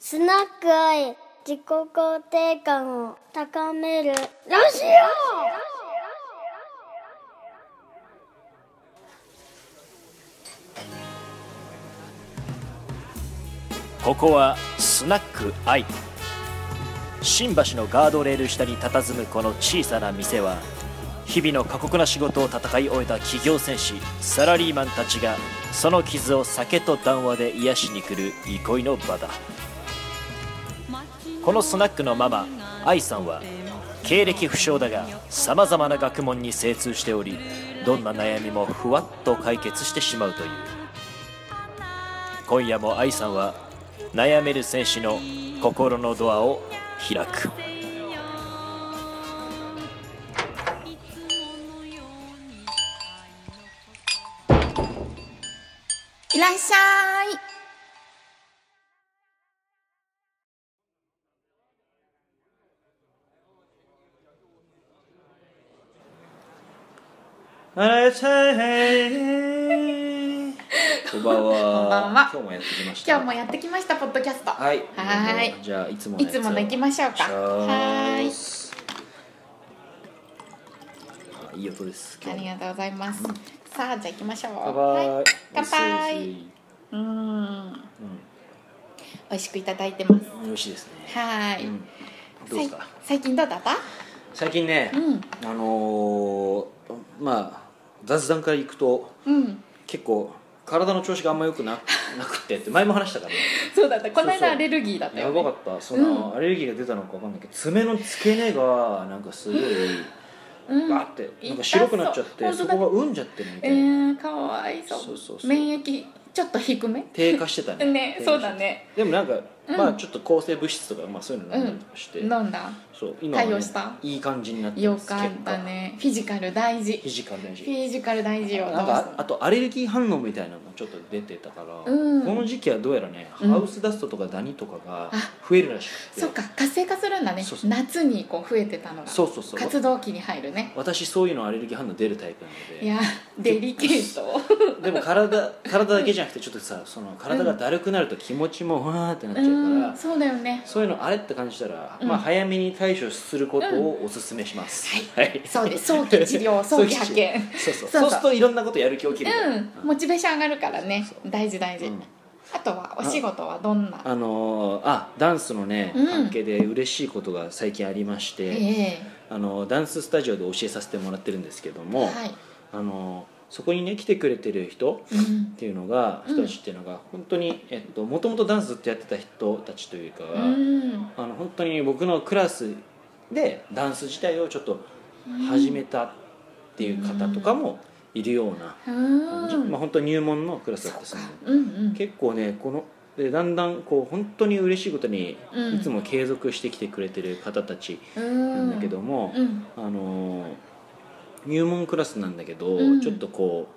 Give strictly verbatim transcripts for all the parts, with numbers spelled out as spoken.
スナック愛、自己肯定感を高めるラジオ。ここはスナック愛。新橋のガードレール下に佇むこの小さな店は、日々の過酷な仕事を戦い終えた企業戦士サラリーマンたちがその傷を酒と談話で癒しに来る憩いの場だ。このスナックのママ愛さんは経歴不詳だがさまざまな学問に精通しており、どんな悩みもふわっと解決してしまうという。今夜も愛さんは悩める戦士の心のドアを開く。 いらっしゃい。 あらっしゃい。こんばんは。 こんばんは。 今日もやってきました。 今日もやってきましたポッドキャスト。 はい。 はい。 じゃあいつものやつをいつもの行きましょうか。はい。 いい音です。 ありがとうございます。さあじゃあ行きましょう。 乾杯。 はい、乾杯。うーん。 うん。 美味しくいただいてます。 美味しいですね。 はい、 うん。どうですか。 最近どうだった？ 最近ね、 うん、 あのー、まあ雑談からいくと、 うん、 結構体の調子があんま良くななくてって前も話したからね。 そうだった。このそうそう間アレルギーだったよね。 やばかった。その、 うん、 アレルギーが出たのか分かんないけど、爪の付け根がなんかすごい、 うん、 バーってなんか白くなっちゃって、そこがうんじゃってるみたえいな、 ー、かわいそう。 そうそうそう免疫ちょっと低め低下してたね。 ね、そうだね。 でもなんか、 うん、 まあちょっと抗生物質とか、まあ、そういうの飲んだりとかして、 うん、飲んだ。 そう今は、ね、 対応した。 いい感じになってよます。 かったね。フィジカル大事。 フィジカル大事。 フィジカル大事よ。 なんかあとアレルギー反応みたいなのがちょっと出てたから、 うん、 この時期はどうやらね、 うん、 ハウスダストとかダニとかが増えるらしくて、 そっか、活性化するんだね。そうそう、夏にこう増えてたのがそうそうそう、 活動期に入るね。 私そういうのアレルギー反応出るタイプなので、 いやデリケートでも体体だけじゃなくてちょっとさ、その体がだるくなると気持ちもわーってなっちゃうから、 うん、そうだよね。 そういうのあれって感じたら、 うん、 まあ、早めに対処することをおすすめします、 うん、はい、はい、そうです。早期治療早期発見そうそうそうそうするといろんなことやる気起きるから、 うん、モチベーション上がるからね。大事大事、うん、あとはお仕事はどんな？ あ、あのー、あダンスのね、うん、関係で嬉しいことが最近ありまして、えー、あのダンススタジオで教えさせてもらってるんですけども、はい、あのそこにね来てくれてる人っていうのが、うん、人たちっていうのが本当にもともとダンスずっとやってた人たちというか、うん、あの本当に僕のクラスでダンス自体をちょっと始めたっていう方とかもいるような、うんまあ、本当に入門のクラスだったですね、うんうん、結構ねこのでだんだんこう本当に嬉しいことにいつも継続してきてくれてる方たちなんだけども、うん、あのー入門クラスなんだけど、うん、ちょっとこ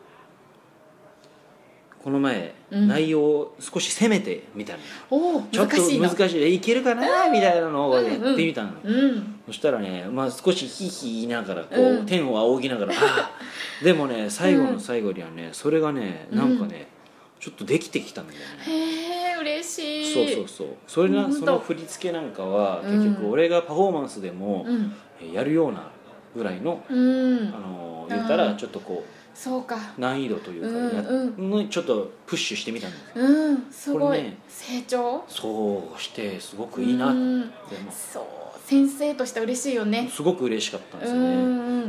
うこの前、うん、内容を少し攻めてみたの。 おちょっと難しいいけるかなみたいなのをやってみたの、 うんうん、 そしたらね、まあ、少しヒーヒー言いながらこう、うん、天を仰ぎながらあでもね最後の最後にはねそれがねなんかね、うん、ちょっとできてきたんだよね。 へえ嬉しい。 そうそうそうそれなその振り付けなんかは結局俺がパフォーマンスでもやるようなぐらいの、うん、あの言ったらちょっとこうそうか難易度というかや、うんうん、ちょっとプッシュしてみたんですよ、 うん、すごい、 ね、 成長そうしてすごくいいなって、うん、でもそう先生として嬉しいよね。 すごく嬉しかったんですよね、うん、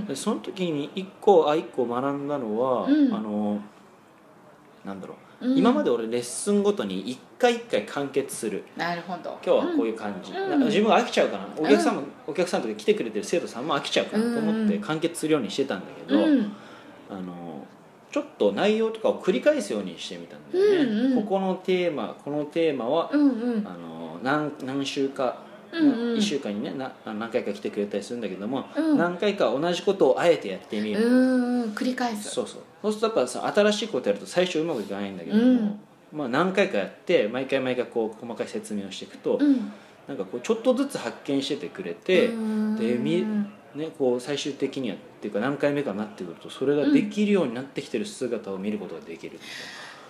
でその時に一個あ一個学んだのは、うん、あのなんだろう、うん、今まで俺レッスンごとに一回一回完結する。 なるほど。 今日はこういう感じ、うん、自分が飽きちゃうかな、お客さんも、うん、お客さんとか来てくれてる生徒さんも飽きちゃうかなと思って完結するようにしてたんだけど、うん、あのちょっと内容とかを繰り返すようにしてみたんだよね、うんうん、ここのテーマこのテーマは、うんうん、あの 何, 何週か、うんうん、いっしゅうかんにねな何回か来てくれたりするんだけども、うん、何回か同じことをあえてやってみる、 うんうん、繰り返す。 そうそうそうするとやっぱさ新しいことやると最初うまくいかないんだけども、うんまあ、何回かやって毎回毎回こう細かい説明をしていくと、うん、なんかこうちょっとずつ発見しててくれて、でみ、ね、こう最終的にはっていうか何回目かになってくるとそれができるようになってきてる姿を見ることができるみたいな、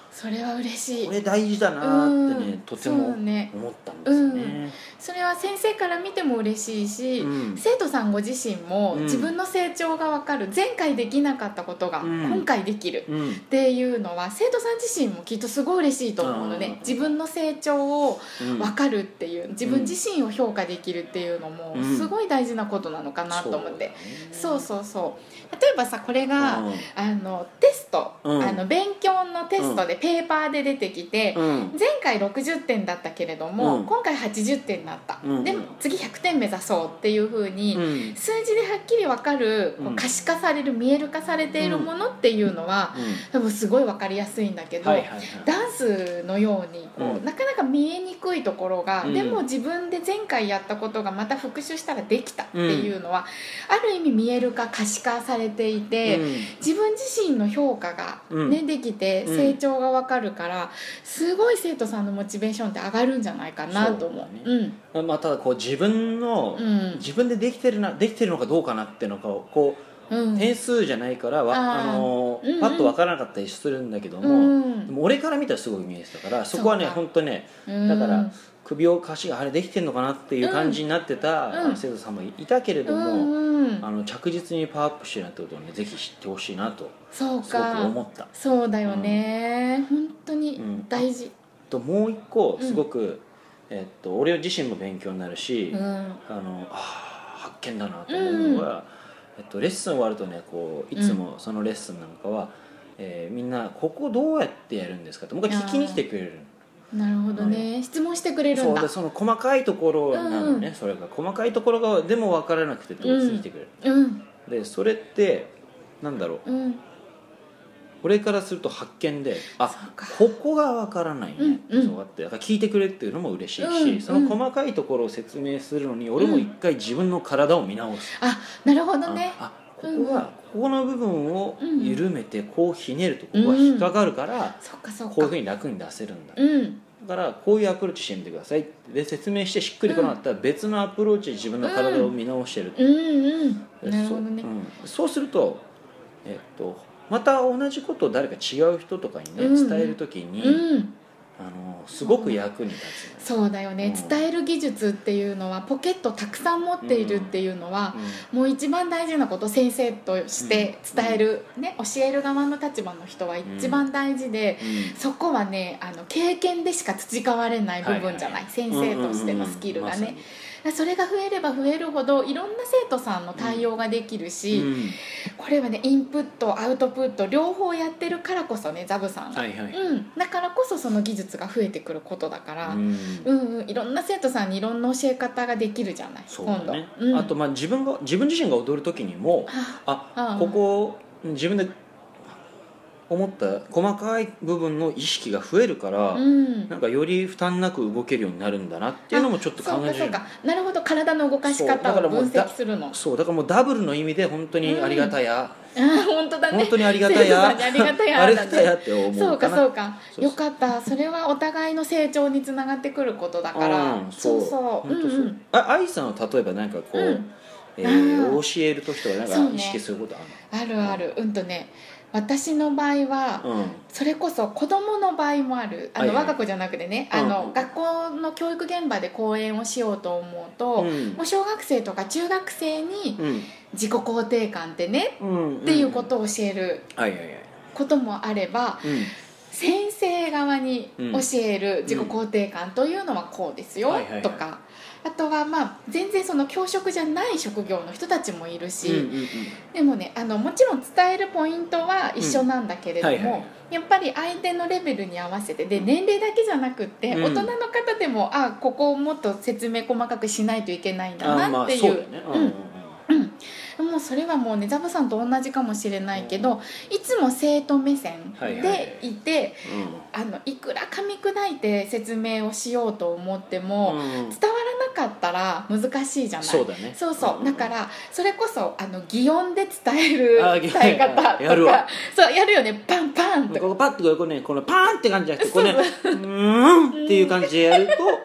それは嬉しい。 これ大事だなってね、とても思ったんですね、うん、 それは先生から見ても嬉しいし、うん、生徒さんご自身も自分の成長が分かる、前回できなかったことが今回できるっていうのは生徒さん自身もきっとすごい嬉しいと思うのね。自分の成長を分かるっていう、自分自身を評価できるっていうのもすごい大事なことなのかなと思って、うん、そうそうそう例えばさこれが、うん、あのテスト、うん、あの勉強のテストでペーパーで出てきて、うん、前回ろくじゅってんだったけれども、うん、今回はちじゅってんになった、うん、でも次ひゃくてん目指そうっていう風に、うん、数字ではっきり分かる、こう可視化される見える化されているものっていうのは、うん、多分すごい分かりやすいんだけど、はいはいはい、ダンスのようにこう、うん、なかなか見えにくいところが、うん、でも自分で前回やったことがまた復習したらできたっていうのは、うん、ある意味見える化可視化されていて、うん、自分自身の評価が、ねうん、できて成長が分かるから、すごい生徒さんのモチベーションって上がるんじゃないかなと思う。 そうだね、うんまあ、ただこう自分の、うん、自分でできてるなできてるのかどうかなっていうのがこう、うん、点数じゃないからわああの、うんうん、パッと分からなかったりするんだけども、うん、でも俺から見たらすごい見えてたから、そこはね本当ね、だから首をかしがあれできてるのかなっていう感じになってた生徒さんもいたけれども、うんうん、あの着実にパワーアップしてるなってことをねぜひ知ってほしいなとすごく思った。 そうだよね、うん、本当に大事、うん、 ともう一個すごく、うんえっと、俺自身も勉強になるし、うん、あのあ発見だなと思うのが、うんえっと、レッスン終わるとねこういつもそのレッスンなんかは、うんえー、みんなここどうやってやるんですかって僕は聞きに来てくれる。 なるほどね、はい、質問してくれるんだ。 そうでその細かいところなのね、うん、それが細かいところがでも分からなくてどうに来てくれる、うん、でそれってなんだろう、うん俺からすると発見で、あここがわからないね、うんうん、そうやってだから聞いてくれっていうのも嬉しいし、うん、その細かいところを説明するのに俺も一回自分の体を見直す、 うん、あなるほどね、 あここは、ここの部分を緩めてこうひねるとここが引っかかるから、うん、こういうふうに楽に出せるんだ、うん、だからこういうアプローチしてみてくださいで説明してしっくりこなかったら別のアプローチで自分の体を見直してる、うんうんうん、なるほどね、うん、そうするとえっとまた同じことを誰か違う人とかにね、うん、伝えるときに、うん、あのすごく役に立つ。 そうだよね、うん、伝える技術っていうのはポケットたくさん持っているっていうのは、うん、もう一番大事なこと、先生として伝える、うんね、教える側の立場の人は一番大事で、うん、そこはねあの経験でしか培われない部分じゃない、はいはい、先生としてのスキルがね、うんうんうんま、それが増えれば増えるほどいろんな生徒さんの対応ができるし、うん、これはねインプットアウトプット両方やってるからこそねザブさんが、はいはいうん、だからこそその技術が増えてくることだから、うんうんうん、いろんな生徒さんにいろんな教え方ができるじゃない、 そうだね、今度、うん、あとまあ自分が自分自身が踊る時にもああここ自分で思った細かい部分の意識が増えるから、うん、なんかより負担なく動けるようになるんだなっていうのもちょっと考えてる。 そうかそうか、なるほど、体の動かし方を分析するの。 そうだからもうダブルの意味で本当にありがたや、 うん、あ本当だね、 本当にありがたやありがたやありがたやって思うかな。 そうかそうか、よかった、それはお互いの成長につながってくることだから、うん、そうそう本当そう、うんうん、 あ愛さんは例えば何かこう、うんえー、教える時とかなんか意識することあるの？ あるある、うんとね私の場合は、うん、それこそ子供の場合もある、あの、はいはい、我が子じゃなくてね、あの、うん、学校の教育現場で講演をしようと思うと、うん、もう小学生とか中学生に自己肯定感ってね、うん、っていうことを教えることもあれば、うん、先生側に教える自己肯定感というのはこうですよ、うん、とか、あとはまあ全然その教職じゃない職業の人たちもいるし、うんうんうん、でもねあのもちろん伝えるポイントは一緒なんだけれども、うんはいはい、やっぱり相手のレベルに合わせてで年齢だけじゃなくって、うん、大人の方でもあここをもっと説明細かくしないといけないんだなっていう。もうそれはもうねザブさんと同じかもしれないけど、いつも生徒目線でいて、はいはいあのいくら噛み砕いて説明をしようと思っても、うん、伝わらなかったら難しいじゃない。 そうだね、 そうそう、うん、だからそれこそあの擬音で伝える伝え方とかやるわそうやるよね、パンパンってここパッとこうねこのパーンって感じじゃなくてこうねうーんっていう感じでやると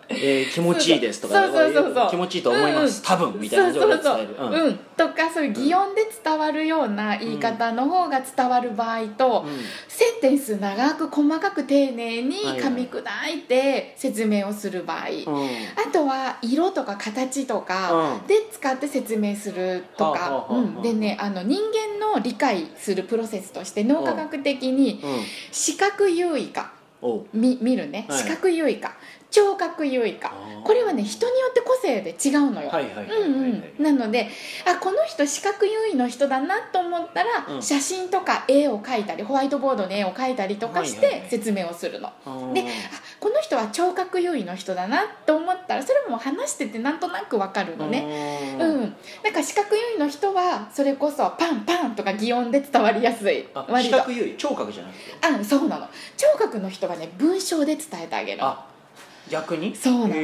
えー、気持ちいいですとか、 そうそうそうそう気持ちいいと思います、うん、多分みたいな状態で伝える、 うんうん、とかそういう擬音で伝わるような言い方の方が伝わる場合と、うん、センテンス長く細かく丁寧に噛み砕いて説明をする場合、はいはい、あとは色とか形とかで使って説明するとか、うん、でね、あの人間の理解するプロセスとして脳科学的に視覚優位か見, 見るね、はい、視覚優位か聴覚優位か、これはね人によって個性で違うのよ。なので、あ、この人視覚優位の人だなと思ったら、うん、写真とか絵を描いたりホワイトボードで絵を描いたりとかして説明をするの、はいはいはい、で、あ、この人は聴覚優位の人だなと思ったらそれも話しててなんとなく分かるのね。うん、なんか視覚優位の人はそれこそパンパンとか擬音で伝わりやすい。 視覚優位、聴覚じゃなくて、 あ、そうなの。聴覚の人はね文章で伝えてあげるの。 あ、逆にそうなの、うん、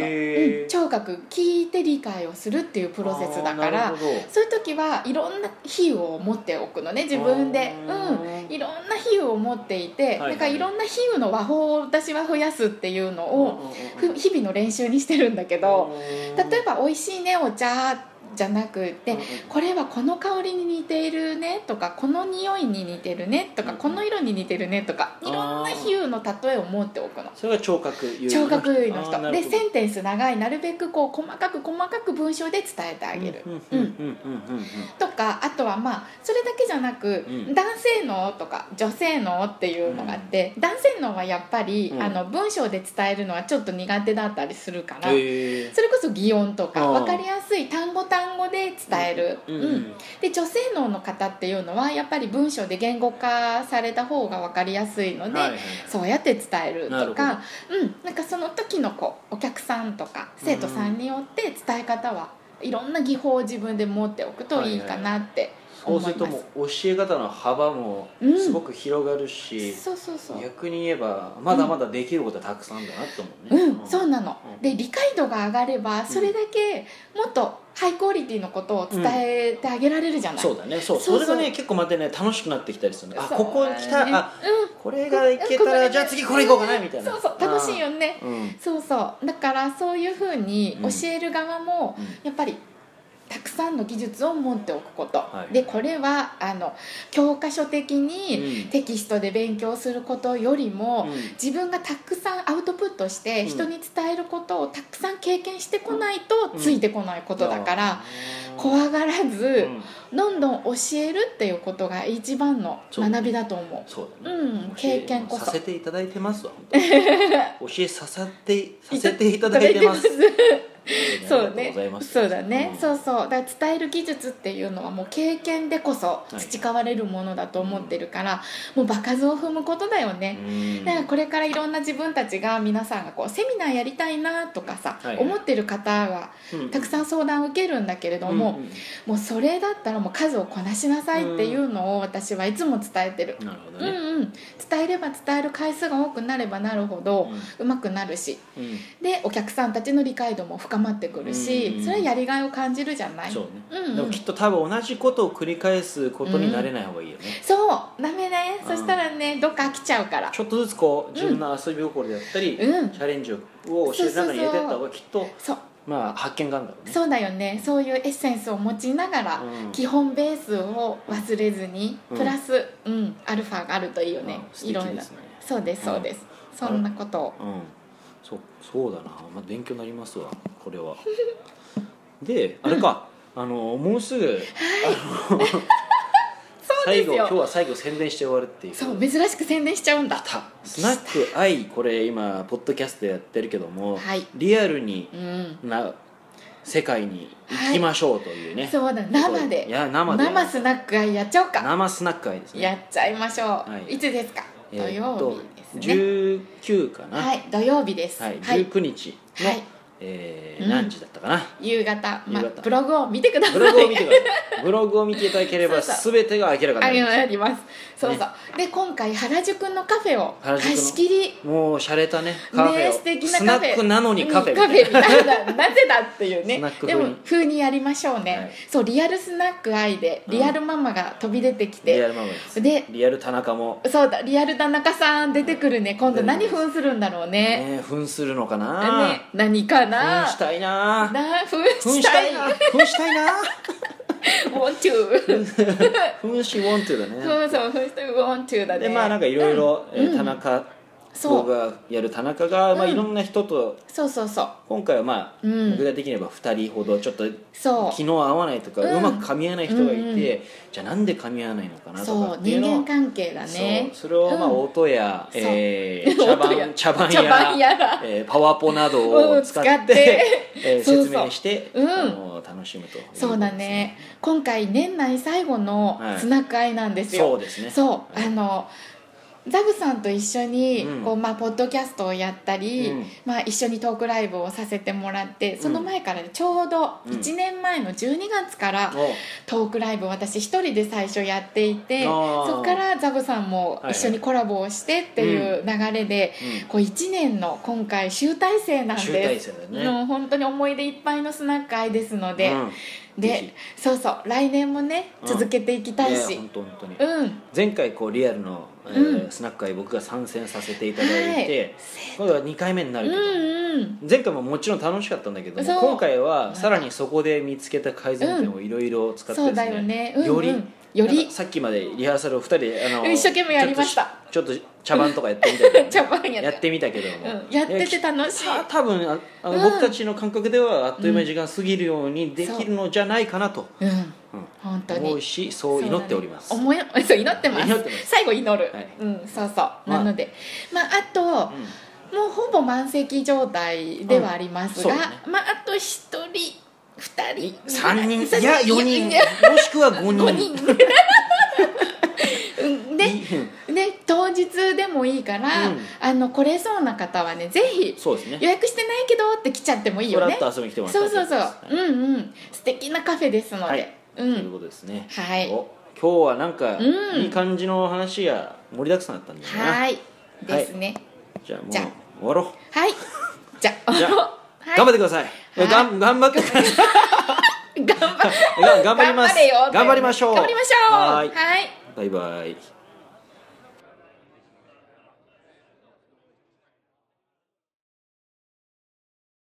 聴覚聞いて理解をするっていうプロセスだから、そういう時はいろんな比喩を持っておくのね、自分で、うん、いろんな比喩を持っていて、はいはい、だからいろんな比喩の和法を私は増やすっていうのを日々の練習にしてるんだけど、例えば美味しいねお茶じゃなくて、これはこの香りに似ているねとか、この匂いに似てるねとか、この色に似てるねとか、いろんな比喩の例えを持っておくの。 それが聴覚優位の人。 聴覚優位の人で、センテンス長い、なるべくこう細かく細かく文章で伝えてあげるとか、あとはまあそれだけじゃなく、うん、男性脳とか女性脳っていうのがあって、うん、男性脳はやっぱり、うん、あの文章で伝えるのはちょっと苦手だったりするから、それこそ擬音とか分かりやすい単語単語で伝える、うんうん、で女性脳の方っていうのはやっぱり文章で言語化された方が分かりやすいので、はいはい、そうやって伝えるとか、うん、なんかその時のこうお客さんとか生徒さんによって伝え方はいろんな技法を自分で持っておくといいかなって思います。 そうするともう教え方の幅もすごく広がるし、うん、そうそうそう、逆に言えばまだまだできることはたくさんあるんだなと思うね。 うん、うん、そうなの。で理解度が上がればそれだけもっとハイクオリティのことを伝えてあげられるじゃない、 うん、そうだね。そう、そうそう、それがね結構またね楽しくなってきたりするね。あ、ここ来た、あ、うん、これがいけたら、うん、じゃあ次これ行こうかなみたいな。 そうそう、楽しいよね、うん、そうそう。だからそういうふうに教える側もやっぱりたくさんの技術を持っておくこと、はい、でこれはあの教科書的にテキストで勉強することよりも、うん、自分がたくさんアウトプットして人に伝えることをたくさん経験してこないとついてこないことだから、うん、怖がらず、うん、どんどん教えるっていうことが一番の学びだと思う。 そうだね、 うん、経験こそさせていただいてますわ教えさせてさせていただいてますそうね、そうだね、うん、そうそう。だから伝える技術っていうのはもう経験でこそ培われるものだと思ってるから、はい、もう場数を踏むことだよね。だからこれからいろんな自分たちが皆さんがこうセミナーやりたいなとかさ、はいはい、思ってる方はたくさん相談を受けるんだけれども、うんうん、もうそれだったらもう数をこなしなさいっていうのを私はいつも伝えてる。 なるほどね、 うんうん、伝えれば伝える回数が多くなればなるほどうまくなるし、うん、でお客さんたちの理解度も深まってくるし、うんうん、それはやりがいを感じるじゃない。 そうね、 うんうん、 でもきっと多分同じことを繰り返すことになれない方がいいよね、 うん、そうダメね、うん、そしたらねどっか飽きちゃうから、 ちょっとずつこう自分の遊び心であったり、うん、チャレンジを教える中に入れていった方がきっとそうまあ発見があるんだろうね。 そうだよね。そういうエッセンスを持ちながら、うん、基本ベースを忘れずに、うん、プラス、うん、アルファがあるといいよね、 うん、いろいろな。 そうですそうです、うん、そんなことを、 うん、そうそうだな、まあ、勉強になりますわこれはであれか、うん、あのもうすぐ、はい、あの最後今日は最後宣伝して終わるっていう。 そう珍しく宣伝しちゃうんだ。 スナックアイ、これ今ポッドキャストでやってるけども、はい、リアルにな、うん、世界に行きましょうというね、 はい、そうだ生で、 いや生で生スナックアイやっちゃおうか。 生スナックアイですね。 やっちゃいましょう、はい、いつですか。土曜日ですね、 じゅうくかな。 はい土曜日です、 はい、じゅうくにちの、はい、 えー、何時だったかな、 夕方、まあ、 夕方ブログを見てください。 ブログを見てください。ブログを見ていただければ全てが明らかになります。 あります。そうそう、ね、で今回原宿のカフェを貸し切り、 もう洒落たねカフェを、 ね、素敵なカフェ、 スナックなのにカフェみたいな、うん、カフェみたいななぜだっていうねでも風にやりましょうね、はい、そうリアルスナック愛でリアルママが飛び出てきて、 うん、リアルママです。 でリアル田中もそうだリアル田中さん出てくるね。今度何扮するんだろうね。 ね扮するのかな、 ね、何かな、 扮したいなな扮したいな扮したいな want to 扮し want to だね。 そうそう扮して want to だね。 でまあなんかいろいろ田中、 そう僕がやる田中が、まあ、いろんな人と、 そうそうそう今回はまあ、 うん、 具体的に言えばふたりほどちょっとそう気の合わないとか、 うん、 うまく噛み合わない人がいて、うんうん、じゃあなんで噛み合わないのかなとかっていうのを、 そう人間関係だね。 そうそれをまあ、うん、音や、えー、茶番茶番や、 番やえー、パワポなどを使って、うん、ってえー、説明して、 そうそう、 あうん、 の楽しむという、ね、 そうだね。今回年内最後のスナック会なんですよ、 はい、そうですね。 そう、あのザグさんと一緒にこう、まあ、ポッドキャストをやったり、うんまあ、一緒にトークライブをさせてもらって、その前から、ね、ちょうどいちねんまえのじゅうにがつからトークライブを私一人で最初やっていて、そこからザグさんも一緒にコラボをしてっていう流れで、こういちねんの今回集大成なんです。 集大成だね。 もう本当に思い出いっぱいのスナック会ですので、うんでそうそう来年もね続けていきたいし、 うん、いや本当本当に、 うん、 前回こうリアルの、えーうん、スナック会僕が参戦させていただいて、はい、今度はにかいめになるけど、うんうん、前回ももちろん楽しかったんだけども、今回はさらにそこで見つけた改善点をいろいろ使ってですね、うん、そうだよね、うんうん、よりよりさっきまでリハーサルをふたりであの一生懸命やりました。 ちょっと茶番とかやってみたけど茶番 や, やってみたけども、 うん、やってて楽しい。 た多分ああの、うん、僕たちの感覚ではあっという間に時間過ぎるようにできるのじゃないかなと、 うんうん、本当に思うし、そう祈っております。 そう、ね、思いそう祈ってます。 祈ってます。 最後祈る、 はい、 うん、そうそう、まあ、なので、まあ、あと、うん、もうほぼ満席状態ではありますが、うんね、まあ、あとひとりふたりさんにんいやよにんもしくはごにんごにんでね、当日でもいいから、うん、あの来れそうな方はねぜひそうですね、 予約してないけどって来ちゃってもいいよね。 フラッと遊びに来てもらったらそうそうそう、はい、うんうん素敵なカフェですので、 はいうん、 ということですね。 はい、 お今日はなんか、うん、いい感じの話や盛りだくさんだったんだよな。 はいですね、 はい、じゃあもう終わろう。 はいじゃあじゃあ、はい、頑張ってください、はい、がん頑張ってください頑張頑張ります。 頑張れよ頑張りましょう。 頑張りましょう。 はい、 はい、 バイバイ。